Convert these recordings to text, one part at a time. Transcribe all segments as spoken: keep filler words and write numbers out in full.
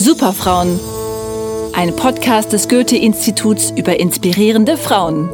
Superfrauen, ein Podcast des Goethe-Instituts über inspirierende Frauen.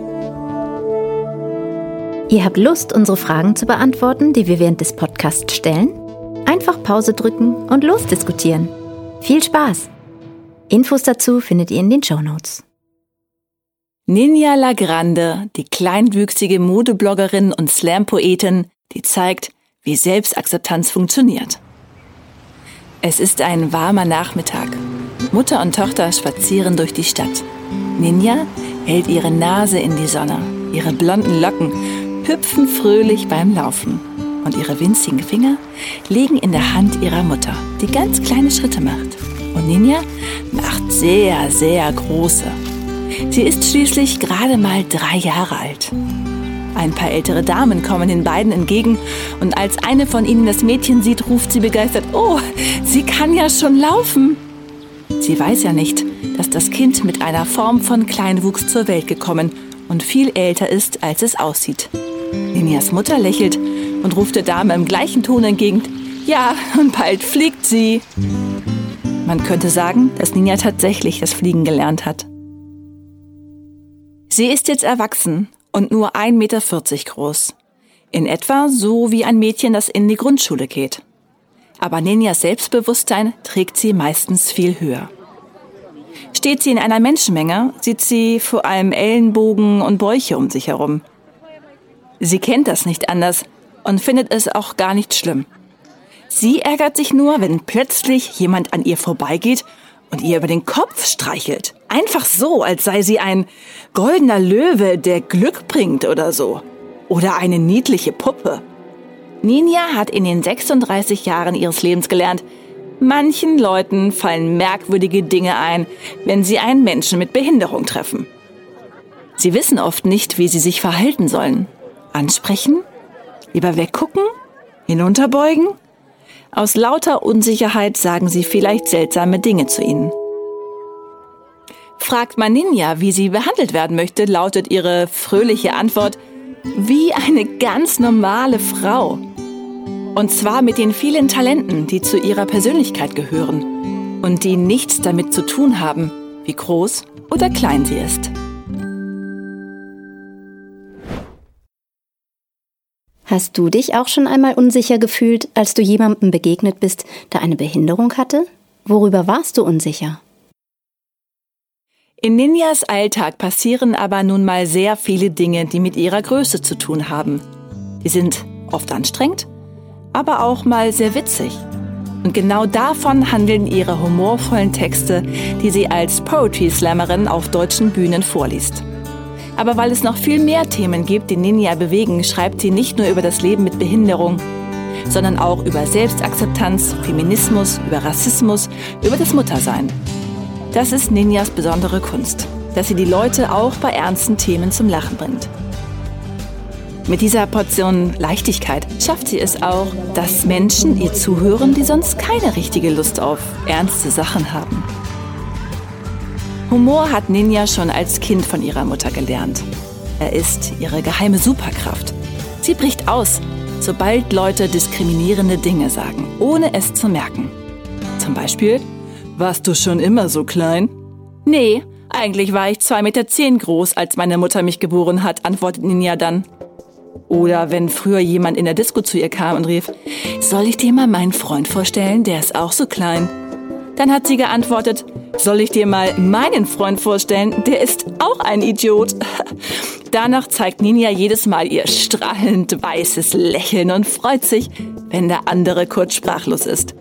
Ihr habt Lust, unsere Fragen zu beantworten, die wir während des Podcasts stellen? Einfach Pause drücken und losdiskutieren. Viel Spaß! Infos dazu findet ihr in den Shownotes. Niña Lagrande, die kleinwüchsige Modebloggerin und Slam-Poetin, die zeigt, wie Selbstakzeptanz funktioniert. Es ist ein warmer Nachmittag. Mutter und Tochter spazieren durch die Stadt. Niña hält ihre Nase in die Sonne. Ihre blonden Locken hüpfen fröhlich beim Laufen. Und ihre winzigen Finger liegen in der Hand ihrer Mutter, die ganz kleine Schritte macht. Und Niña macht sehr, sehr große. Sie ist schließlich gerade mal drei Jahre alt. Ein paar ältere Damen kommen den beiden entgegen und als eine von ihnen das Mädchen sieht, ruft sie begeistert: Oh, sie kann ja schon laufen! Sie weiß ja nicht, dass das Kind mit einer Form von Kleinwuchs zur Welt gekommen und viel älter ist, als es aussieht. Niñas Mutter lächelt und ruft der Dame im gleichen Ton entgegen: Ja, und bald fliegt sie! Man könnte sagen, dass Niña tatsächlich das Fliegen gelernt hat. Sie ist jetzt erwachsen und nur ein Meter vierzig groß. In etwa so wie ein Mädchen, das in die Grundschule geht. Aber Niñas Selbstbewusstsein trägt sie meistens viel höher. Steht sie in einer Menschenmenge, sieht sie vor allem Ellenbogen und Bäuche um sich herum. Sie kennt das nicht anders und findet es auch gar nicht schlimm. Sie ärgert sich nur, wenn plötzlich jemand an ihr vorbeigeht und ihr über den Kopf streichelt. Einfach so, als sei sie ein goldener Löwe, der Glück bringt oder so. Oder eine niedliche Puppe. Niña hat in den sechsunddreißig Jahren ihres Lebens gelernt, manchen Leuten fallen merkwürdige Dinge ein, wenn sie einen Menschen mit Behinderung treffen. Sie wissen oft nicht, wie sie sich verhalten sollen. Ansprechen? Lieber weggucken? Hinunterbeugen? Aus lauter Unsicherheit sagen sie vielleicht seltsame Dinge zu ihnen. Fragt man Niña, wie sie behandelt werden möchte, lautet ihre fröhliche Antwort: Wie eine ganz normale Frau. Und zwar mit den vielen Talenten, die zu ihrer Persönlichkeit gehören und die nichts damit zu tun haben, wie groß oder klein sie ist. Hast du dich auch schon einmal unsicher gefühlt, als du jemandem begegnet bist, der eine Behinderung hatte? Worüber warst du unsicher? In Niñas Alltag passieren aber nun mal sehr viele Dinge, die mit ihrer Größe zu tun haben. Die sind oft anstrengend, aber auch mal sehr witzig. Und genau davon handeln ihre humorvollen Texte, die sie als Poetry Slammerin auf deutschen Bühnen vorliest. Aber weil es noch viel mehr Themen gibt, die Niña bewegen, schreibt sie nicht nur über das Leben mit Behinderung, sondern auch über Selbstakzeptanz, Feminismus, über Rassismus, über das Muttersein. Das ist Niñas besondere Kunst, dass sie die Leute auch bei ernsten Themen zum Lachen bringt. Mit dieser Portion Leichtigkeit schafft sie es auch, dass Menschen ihr zuhören, die sonst keine richtige Lust auf ernste Sachen haben. Humor hat Niña schon als Kind von ihrer Mutter gelernt. Er ist ihre geheime Superkraft. Sie bricht aus, sobald Leute diskriminierende Dinge sagen, ohne es zu merken. Zum Beispiel: Warst du schon immer so klein? Nee, eigentlich war ich zwei Meter zehn groß, als meine Mutter mich geboren hat, antwortet Niña dann. Oder wenn früher jemand in der Disco zu ihr kam und rief: Soll ich dir mal meinen Freund vorstellen, der ist auch so klein? Dann hat sie geantwortet: Soll ich dir mal meinen Freund vorstellen, der ist auch ein Idiot? Danach zeigt Niña jedes Mal ihr strahlend weißes Lächeln und freut sich, wenn der andere kurz sprachlos ist.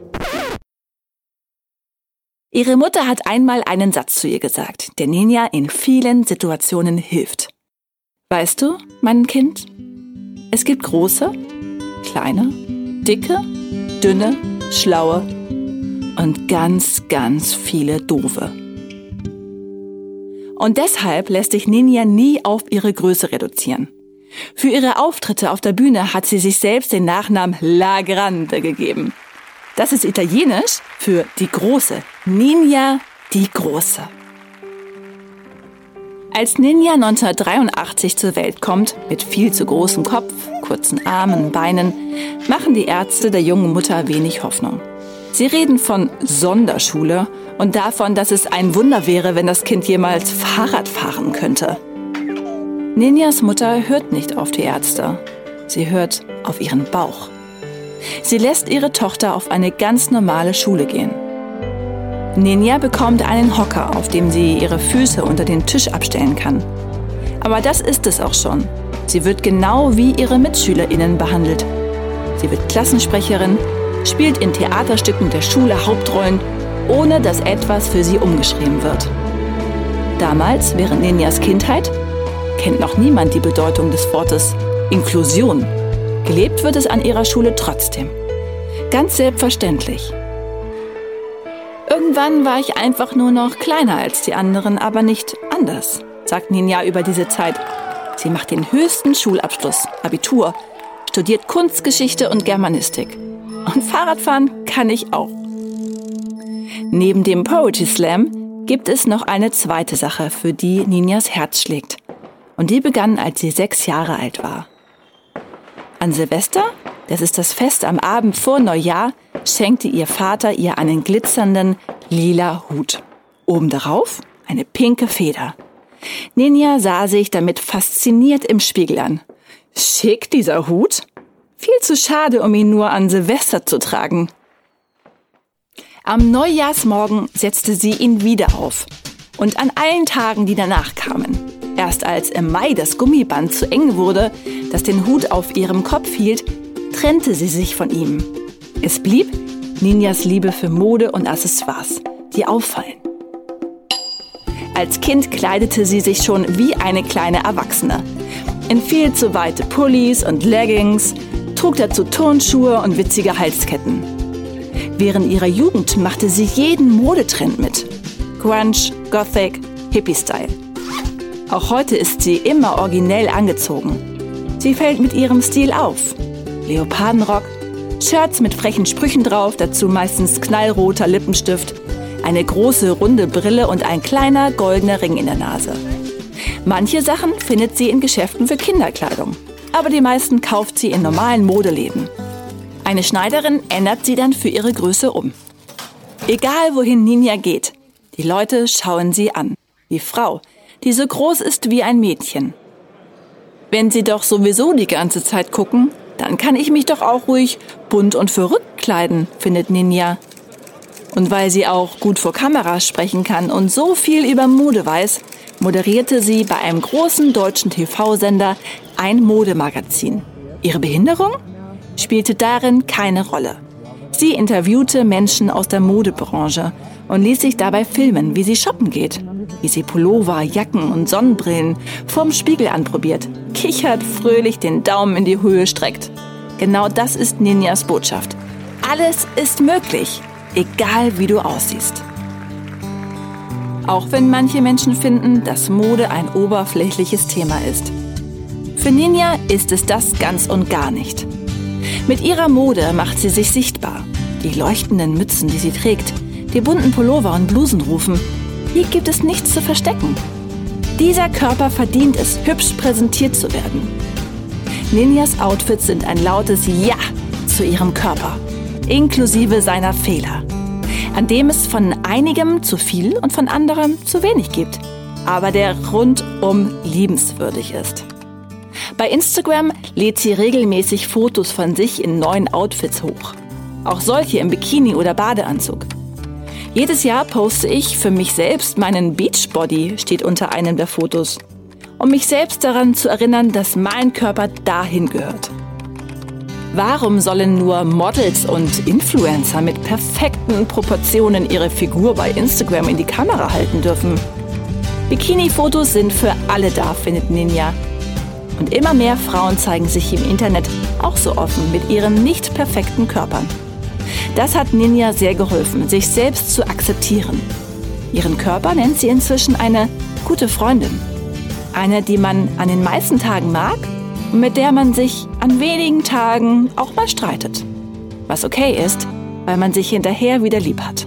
Ihre Mutter hat einmal einen Satz zu ihr gesagt, der Niña in vielen Situationen hilft. Weißt du, mein Kind, es gibt große, kleine, dicke, dünne, schlaue und ganz, ganz viele Doofe. Und deshalb lässt sich Niña nie auf ihre Größe reduzieren. Für ihre Auftritte auf der Bühne hat sie sich selbst den Nachnamen Lagrande gegeben. Das ist italienisch für die Große. Niña die Große. Als Niña neunzehnhundertdreiundachtzig zur Welt kommt, mit viel zu großem Kopf, kurzen Armen, Beinen, machen die Ärzte der jungen Mutter wenig Hoffnung. Sie reden von Sonderschule und davon, dass es ein Wunder wäre, wenn das Kind jemals Fahrrad fahren könnte. Ninjas Mutter hört nicht auf die Ärzte. Sie hört auf ihren Bauch. Sie lässt ihre Tochter auf eine ganz normale Schule gehen. Ninja bekommt einen Hocker, auf dem sie ihre Füße unter den Tisch abstellen kann. Aber das ist es auch schon. Sie wird genau wie ihre MitschülerInnen behandelt. Sie wird Klassensprecherin, spielt in Theaterstücken der Schule Hauptrollen, ohne dass etwas für sie umgeschrieben wird. Damals, während Ninjas Kindheit, kennt noch niemand die Bedeutung des Wortes Inklusion. Gelebt wird es an ihrer Schule trotzdem. Ganz selbstverständlich. Irgendwann war ich einfach nur noch kleiner als die anderen, aber nicht anders, sagt Ninja über diese Zeit. Sie macht den höchsten Schulabschluss, Abitur, studiert Kunstgeschichte und Germanistik. Und Fahrradfahren kann ich auch. Neben dem Poetry Slam gibt es noch eine zweite Sache, für die Ninjas Herz schlägt. Und die begann, als sie sechs Jahre alt war. An Silvester, das ist das Fest am Abend vor Neujahr, schenkte ihr Vater ihr einen glitzernden lila Hut. Oben darauf eine pinke Feder. Ninja sah sich damit fasziniert im Spiegel an. Schick, dieser Hut? Viel zu schade, um ihn nur an Silvester zu tragen. Am Neujahrsmorgen setzte sie ihn wieder auf. Und an allen Tagen, die danach kamen. Erst als im Mai das Gummiband zu eng wurde, das den Hut auf ihrem Kopf hielt, trennte sie sich von ihm. Es blieb Ninjas Liebe für Mode und Accessoires, die auffallen. Als Kind kleidete sie sich schon wie eine kleine Erwachsene. In viel zu weite Pullis und Leggings, trug dazu Turnschuhe und witzige Halsketten. Während ihrer Jugend machte sie jeden Modetrend mit. Grunge, Gothic, Hippie-Style. Auch heute ist sie immer originell angezogen. Sie fällt mit ihrem Stil auf. Leopardenrock, Shirts mit frechen Sprüchen drauf, dazu meistens knallroter Lippenstift, eine große runde Brille und ein kleiner goldener Ring in der Nase. Manche Sachen findet sie in Geschäften für Kinderkleidung, aber die meisten kauft sie in normalen Modeläden. Eine Schneiderin ändert sie dann für ihre Größe um. Egal wohin Ninja geht, die Leute schauen sie an. Die Frau, die so groß ist wie ein Mädchen. Wenn sie doch sowieso die ganze Zeit gucken, dann kann ich mich doch auch ruhig bunt und verrückt kleiden, findet Ninja. Und weil sie auch gut vor Kameras sprechen kann und so viel über Mode weiß, moderierte sie bei einem großen deutschen T V-Sender ein Modemagazin. Ihre Behinderung spielte darin keine Rolle. Sie interviewte Menschen aus der Modebranche und ließ sich dabei filmen, wie sie shoppen geht, wie sie Pullover, Jacken und Sonnenbrillen vorm Spiegel anprobiert, kichert, fröhlich den Daumen in die Höhe streckt. Genau das ist Ninjas Botschaft. Alles ist möglich, egal wie du aussiehst. Auch wenn manche Menschen finden, dass Mode ein oberflächliches Thema ist. Für Ninja ist es das ganz und gar nicht. Mit ihrer Mode macht sie sich sichtbar. Die leuchtenden Mützen, die sie trägt, die bunten Pullover und Blusen rufen, hier gibt es nichts zu verstecken. Dieser Körper verdient es, hübsch präsentiert zu werden. Ninjas Outfits sind ein lautes Ja zu ihrem Körper, inklusive seiner Fehler, an dem es von einigem zu viel und von anderem zu wenig gibt, aber der rundum liebenswürdig ist. Bei Instagram lädt sie regelmäßig Fotos von sich in neuen Outfits hoch. Auch solche im Bikini oder Badeanzug. Jedes Jahr poste ich für mich selbst meinen Beachbody, steht unter einem der Fotos, um mich selbst daran zu erinnern, dass mein Körper dahin gehört. Warum sollen nur Models und Influencer mit perfekten Proportionen ihre Figur bei Instagram in die Kamera halten dürfen? Bikini-Fotos sind für alle da, findet Ninja. Und immer mehr Frauen zeigen sich im Internet auch so offen mit ihren nicht perfekten Körpern. Das hat Ninja sehr geholfen, sich selbst zu akzeptieren. Ihren Körper nennt sie inzwischen eine gute Freundin. Eine, die man an den meisten Tagen mag und mit der man sich an wenigen Tagen auch mal streitet. Was okay ist, weil man sich hinterher wieder lieb hat.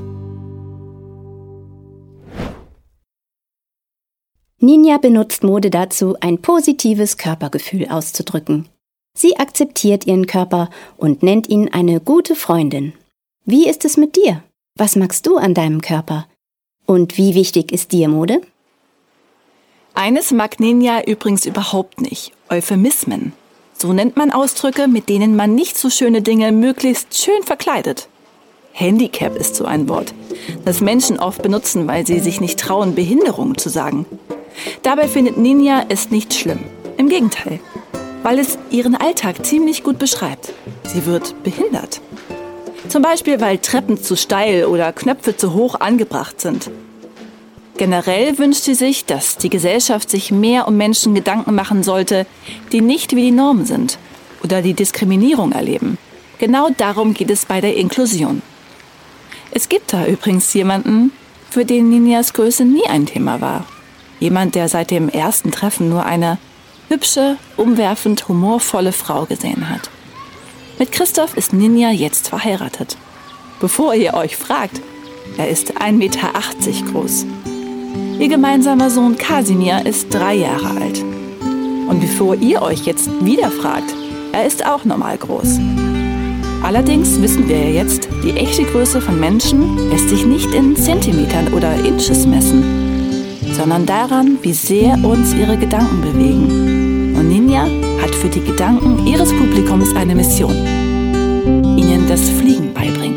Ninja benutzt Mode dazu, ein positives Körpergefühl auszudrücken. Sie akzeptiert ihren Körper und nennt ihn eine gute Freundin. Wie ist es mit dir? Was magst du an deinem Körper? Und wie wichtig ist dir Mode? Eines mag Ninja übrigens überhaupt nicht: Euphemismen. So nennt man Ausdrücke, mit denen man nicht so schöne Dinge möglichst schön verkleidet. Handicap ist so ein Wort, das Menschen oft benutzen, weil sie sich nicht trauen, Behinderung zu sagen. Dabei findet Ninja es nicht schlimm. Im Gegenteil, weil es ihren Alltag ziemlich gut beschreibt. Sie wird behindert. Zum Beispiel, weil Treppen zu steil oder Knöpfe zu hoch angebracht sind. Generell wünscht sie sich, dass die Gesellschaft sich mehr um Menschen Gedanken machen sollte, die nicht wie die Norm sind oder die Diskriminierung erleben. Genau darum geht es bei der Inklusion. Es gibt da übrigens jemanden, für den Ninjas Größe nie ein Thema war. Jemand, der seit dem ersten Treffen nur eine hübsche, umwerfend humorvolle Frau gesehen hat. Mit Christoph ist Ninja jetzt verheiratet. Bevor ihr euch fragt, er ist ein Meter achtzig groß. Ihr gemeinsamer Sohn Kasimir ist drei Jahre alt. Und bevor ihr euch jetzt wieder fragt, er ist auch normal groß. Allerdings wissen wir ja jetzt, die echte Größe von Menschen lässt sich nicht in Zentimetern oder Inches messen, sondern daran, wie sehr uns ihre Gedanken bewegen. Und Ninja hat für die Gedanken ihres Publikums eine Mission: ihnen das Fliegen beibringen.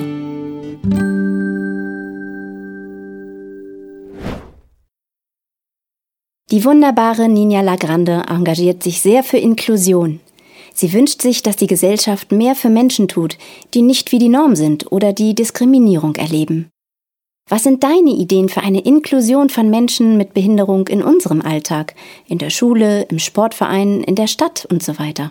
Die wunderbare Ninja Lagrande engagiert sich sehr für Inklusion. Sie wünscht sich, dass die Gesellschaft mehr für Menschen tut, die nicht wie die Norm sind oder die Diskriminierung erleben. Was sind deine Ideen für eine Inklusion von Menschen mit Behinderung in unserem Alltag, in der Schule, im Sportverein, in der Stadt und so weiter?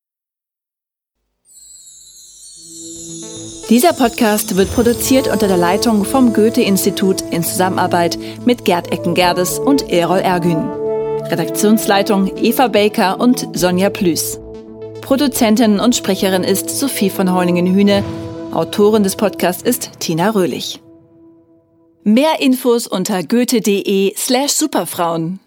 Dieser Podcast wird produziert unter der Leitung vom Goethe-Institut in Zusammenarbeit mit Gerd Eckengerdes und Errol Ergün. Redaktionsleitung Eva Baker und Sonja Plüß. Produzentin und Sprecherin ist Sophie von Heuningen-Hühne. Autorin des Podcasts ist Tina Röhlich. Mehr Infos unter goethe.de slash superfrauen.